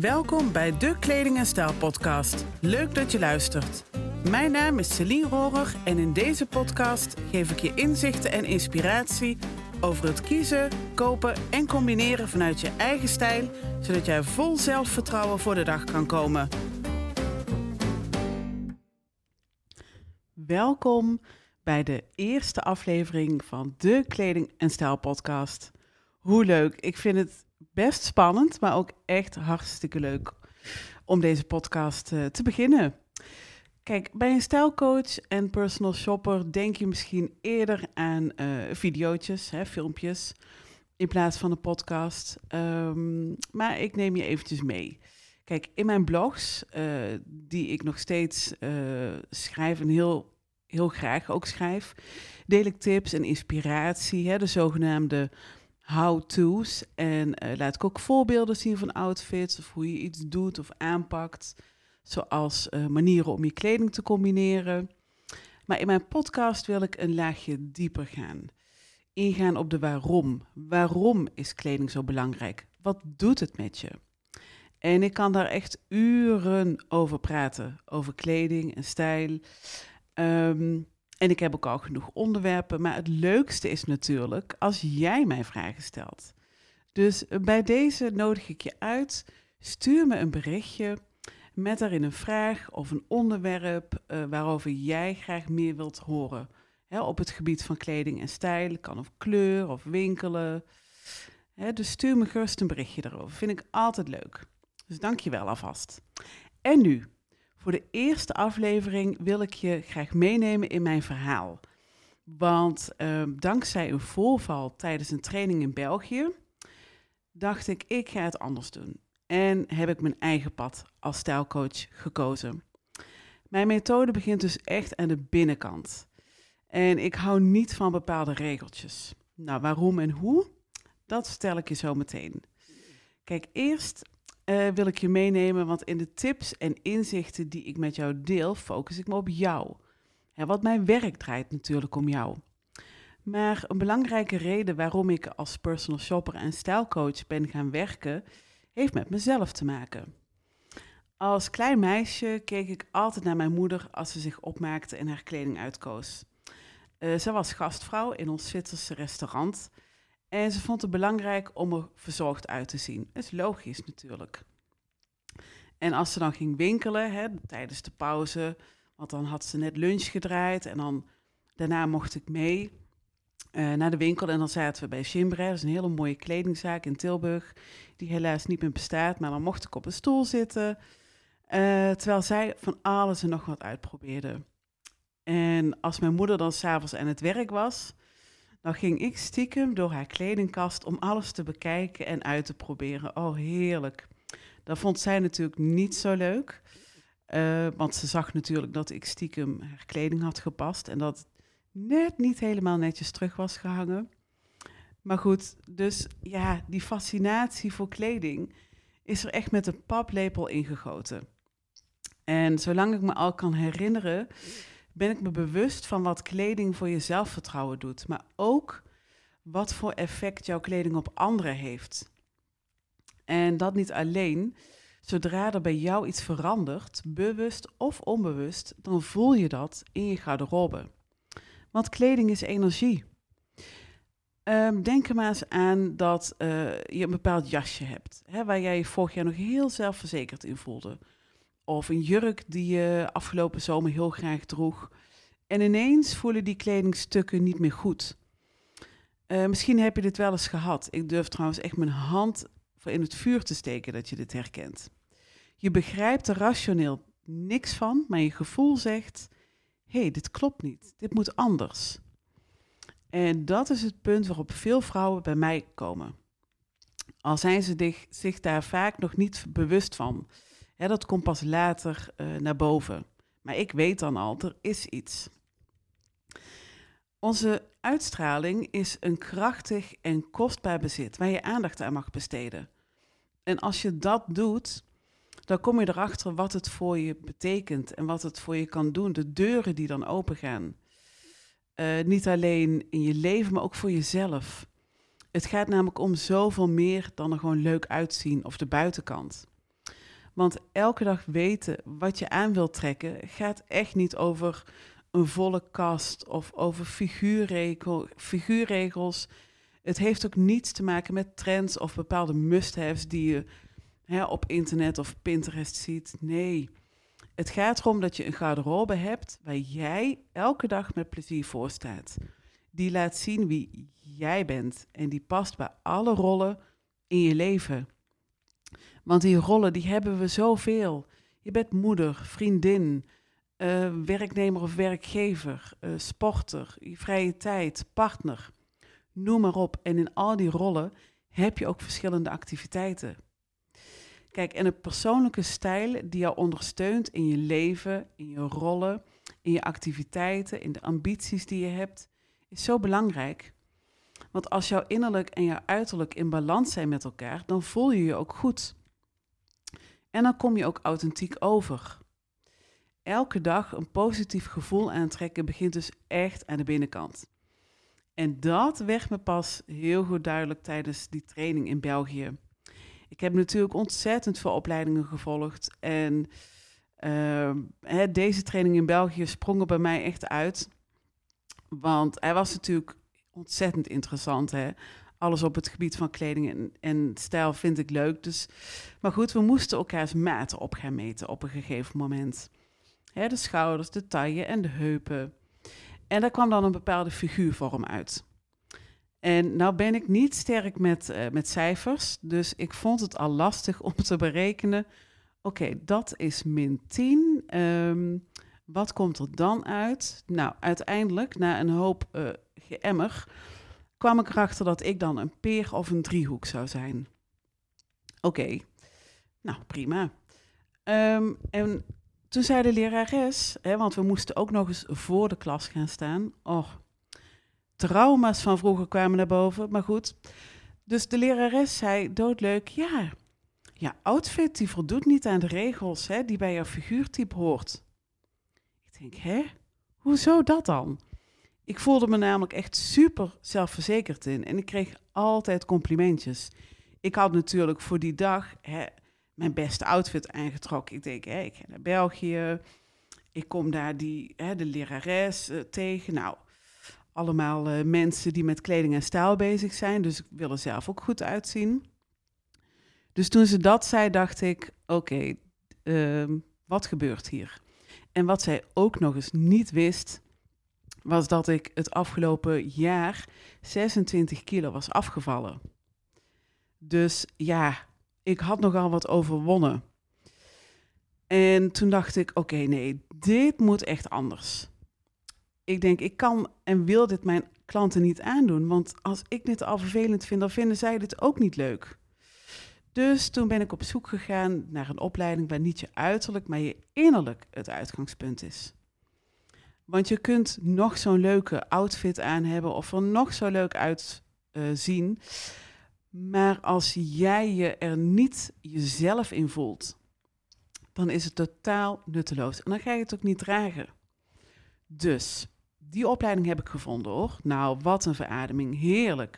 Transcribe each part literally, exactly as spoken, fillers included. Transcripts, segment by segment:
Welkom bij de Kleding en Stijl podcast. Leuk dat je luistert. Mijn naam is Celine Rohrer en in deze podcast geef ik je inzichten en inspiratie over het kiezen, kopen en combineren vanuit je eigen stijl, zodat jij vol zelfvertrouwen voor de dag kan komen. Welkom bij de eerste aflevering van de Kleding en Stijl podcast. Hoe leuk. Ik vind het best spannend, maar ook echt hartstikke leuk om deze podcast uh, te beginnen. Kijk, bij een stijlcoach en personal shopper denk je misschien eerder aan uh, videootjes, hè, filmpjes, in plaats van een podcast. Um, maar ik neem je eventjes mee. Kijk, in mijn blogs, uh, die ik nog steeds uh, schrijf en heel, heel graag ook schrijf, deel ik tips en inspiratie, hè, de zogenaamde how-to's. En uh, laat ik ook voorbeelden zien van outfits of hoe je iets doet of aanpakt. Zoals uh, manieren om je kleding te combineren. Maar in mijn podcast wil ik een laagje dieper gaan. Ingaan op de waarom. Waarom is kleding zo belangrijk? Wat doet het met je? En ik kan daar echt uren over praten. Over kleding en stijl. Um, en ik heb ook al genoeg onderwerpen. Maar het leukste is natuurlijk als jij mij vragen stelt. Dus bij deze nodig ik je uit. Stuur me een berichtje met daarin een vraag of een onderwerp uh, waarover jij graag meer wilt horen. Hè, op het gebied van kleding en stijl, kan of kleur of winkelen. Hè, dus stuur me gerust een berichtje daarover. Vind ik altijd leuk. Dus dank je wel alvast. En nu, voor de eerste aflevering wil ik je graag meenemen in mijn verhaal. Want uh, dankzij een voorval tijdens een training in België dacht ik, ik ga het anders doen. En heb ik mijn eigen pad als stijlcoach gekozen. Mijn methode begint dus echt aan de binnenkant. En ik hou niet van bepaalde regeltjes. Nou, waarom en hoe? Dat vertel ik je zo meteen. Kijk, eerst uh, wil ik je meenemen, want in de tips en inzichten die ik met jou deel, focus ik me op jou. Ja, want mijn werk draait natuurlijk om jou. Maar een belangrijke reden waarom ik als personal shopper en stijlcoach ben gaan werken, heeft met mezelf te maken. Als klein meisje keek ik altijd naar mijn moeder als ze zich opmaakte en haar kleding uitkoos. Uh, ze was gastvrouw in ons Zwitserse restaurant en ze vond het belangrijk om er verzorgd uit te zien. Dat is logisch natuurlijk. En als ze dan ging winkelen, hè, tijdens de pauze, want dan had ze net lunch gedraaid en dan daarna mocht ik mee Uh, naar de winkel en dan zaten we bij Gimbre. Dat is een hele mooie kledingzaak in Tilburg, die helaas niet meer bestaat, maar dan mocht ik op een stoel zitten, uh, terwijl zij van alles en nog wat uitprobeerde. En als mijn moeder dan 's avonds aan het werk was, dan ging ik stiekem door haar kledingkast om alles te bekijken en uit te proberen. Oh, heerlijk. Dat vond zij natuurlijk niet zo leuk, uh, want ze zag natuurlijk dat ik stiekem haar kleding had gepast en dat net niet helemaal netjes terug was gehangen. Maar goed, dus ja, die fascinatie voor kleding is er echt met een paplepel ingegoten. En zolang ik me al kan herinneren, ben ik me bewust van wat kleding voor je zelfvertrouwen doet. Maar ook wat voor effect jouw kleding op anderen heeft. En dat niet alleen. Zodra er bij jou iets verandert, bewust of onbewust, dan voel je dat in je garderobe. Want kleding is energie. Um, denk er maar eens aan dat uh, je een bepaald jasje hebt, hè, waar jij je vorig jaar nog heel zelfverzekerd in voelde. Of een jurk die je afgelopen zomer heel graag droeg. En ineens voelen die kledingstukken niet meer goed. Uh, misschien heb je dit wel eens gehad. Ik durf trouwens echt mijn hand voor in het vuur te steken dat je dit herkent. Je begrijpt er rationeel niks van, maar je gevoel zegt, hé, hey, dit klopt niet, dit moet anders. En dat is het punt waarop veel vrouwen bij mij komen. Al zijn ze zich, zich daar vaak nog niet bewust van. Hè, dat komt pas later uh, naar boven. Maar ik weet dan al, er is iets. Onze uitstraling is een krachtig en kostbaar bezit waar je aandacht aan mag besteden. En als je dat doet, dan kom je erachter wat het voor je betekent en wat het voor je kan doen. De deuren die dan opengaan. Uh, niet alleen in je leven, maar ook voor jezelf. Het gaat namelijk om zoveel meer dan er gewoon leuk uitzien of de buitenkant. Want elke dag weten wat je aan wilt trekken gaat echt niet over een volle kast of over figuurregel, figuurregels. Het heeft ook niets te maken met trends of bepaalde must-haves die je hè, op internet of Pinterest ziet. Nee, het gaat erom dat je een garderobe hebt waar jij elke dag met plezier voor staat. Die laat zien wie jij bent en die past bij alle rollen in je leven. Want die rollen, die hebben we zoveel. Je bent moeder, vriendin, uh, werknemer of werkgever, uh, sporter, je vrije tijd, partner. Noem maar op. En in al die rollen heb je ook verschillende activiteiten. Kijk, en een persoonlijke stijl die jou ondersteunt in je leven, in je rollen, in je activiteiten, in de ambities die je hebt, is zo belangrijk. Want als jouw innerlijk en jouw uiterlijk in balans zijn met elkaar, dan voel je je ook goed. En dan kom je ook authentiek over. Elke dag een positief gevoel aantrekken begint dus echt aan de binnenkant. En dat werd me pas heel goed duidelijk tijdens die training in België. Ik heb natuurlijk ontzettend veel opleidingen gevolgd. En uh, hè, deze training in België sprong er bij mij echt uit. Want hij was natuurlijk ontzettend interessant. Hè? Alles op het gebied van kleding en, en stijl vind ik leuk. Dus, maar goed, we moesten elkaars maten op gaan meten op een gegeven moment. Hè, de schouders, de taille en de heupen. En daar kwam dan een bepaalde figuurvorm uit. En nou ben ik niet sterk met, uh, met cijfers, dus ik vond het al lastig om te berekenen. Oké, okay, dat is min tien. Um, wat komt er dan uit? Nou, uiteindelijk, na een hoop uh, geëmmer, kwam ik erachter dat ik dan een peer of een driehoek zou zijn. Oké, okay. Nou prima. Um, en toen zei de lerares, hè, want we moesten ook nog eens voor de klas gaan staan. Oh, trauma's van vroeger kwamen naar boven, maar goed. Dus de lerares zei doodleuk, ja, ja, outfit die voldoet niet aan de regels hè, die bij jouw figuurtype hoort. Ik denk, hè, hoezo dat dan? Ik voelde me namelijk echt super zelfverzekerd in en ik kreeg altijd complimentjes. Ik had natuurlijk voor die dag hè, mijn beste outfit aangetrokken. Ik denk, hè, ik ga naar België, ik kom daar die, hè, de lerares uh, tegen. Nou, allemaal uh, mensen die met kleding en stijl bezig zijn, dus ik wil er zelf ook goed uitzien. Dus toen ze dat zei, dacht ik, oké, okay, uh, wat gebeurt hier? En wat zij ook nog eens niet wist, was dat ik het afgelopen jaar zesentwintig kilo was afgevallen. Dus ja, ik had nogal wat overwonnen. En toen dacht ik, oké, okay, nee, dit moet echt anders. Ik denk, ik kan en wil dit mijn klanten niet aandoen, want als ik dit al vervelend vind, dan vinden zij dit ook niet leuk. Dus toen ben ik op zoek gegaan naar een opleiding waar niet je uiterlijk, maar je innerlijk het uitgangspunt is. Want je kunt nog zo'n leuke outfit aan hebben of er nog zo leuk uitzien. Uh, maar als jij je er niet jezelf in voelt, dan is het totaal nutteloos. En dan ga je het ook niet dragen. Dus die opleiding heb ik gevonden hoor. Nou, wat een verademing. Heerlijk.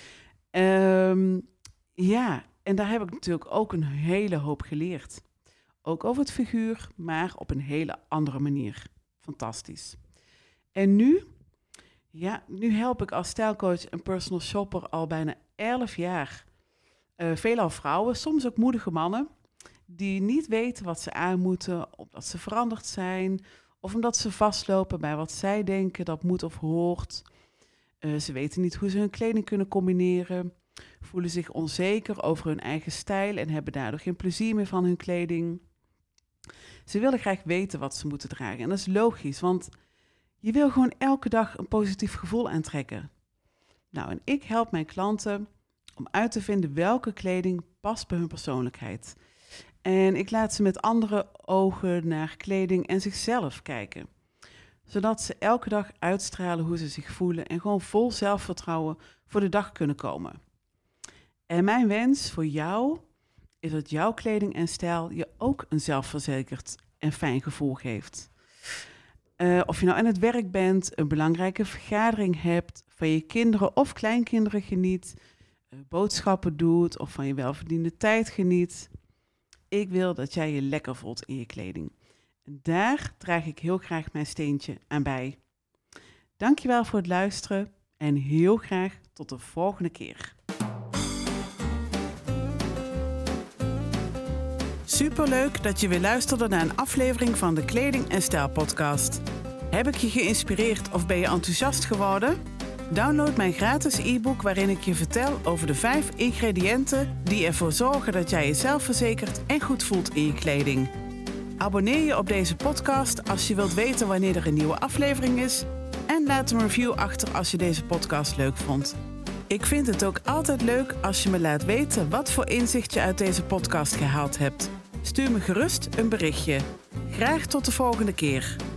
Um, ja, en daar heb ik natuurlijk ook een hele hoop geleerd. Ook over het figuur, maar op een hele andere manier. Fantastisch. En nu, ja, nu help ik als stijlcoach en personal shopper al bijna elf jaar. Uh, veelal vrouwen, soms ook moedige mannen, die niet weten wat ze aan moeten, omdat ze veranderd zijn, of omdat ze vastlopen bij wat zij denken dat moet of hoort. Uh, ze weten niet hoe ze hun kleding kunnen combineren, voelen zich onzeker over hun eigen stijl en hebben daardoor geen plezier meer van hun kleding. Ze willen graag weten wat ze moeten dragen. En dat is logisch, want je wil gewoon elke dag een positief gevoel aantrekken. Nou, en ik help mijn klanten om uit te vinden welke kleding past bij hun persoonlijkheid. En ik laat ze met andere ogen naar kleding en zichzelf kijken. Zodat ze elke dag uitstralen hoe ze zich voelen en gewoon vol zelfvertrouwen voor de dag kunnen komen. En mijn wens voor jou is dat jouw kleding en stijl je ook een zelfverzekerd en fijn gevoel geeft. Uh, of je nou aan het werk bent, een belangrijke vergadering hebt, van je kinderen of kleinkinderen geniet, uh, boodschappen doet of van je welverdiende tijd geniet. ik wil dat jij je lekker voelt in je kleding. En daar draag ik heel graag mijn steentje aan bij. Dankjewel voor het luisteren en heel graag tot de volgende keer. Superleuk dat je weer luisterde naar een aflevering van de Kleding en Stijl podcast. Heb ik je geïnspireerd of ben je enthousiast geworden? Download mijn gratis e-book waarin ik je vertel over de vijf ingrediënten die ervoor zorgen dat jij jezelf verzekert en goed voelt in je kleding. Abonneer je op deze podcast als je wilt weten wanneer er een nieuwe aflevering is en laat een review achter als je deze podcast leuk vond. Ik vind het ook altijd leuk als je me laat weten wat voor inzicht je uit deze podcast gehaald hebt. Stuur me gerust een berichtje. Graag tot de volgende keer.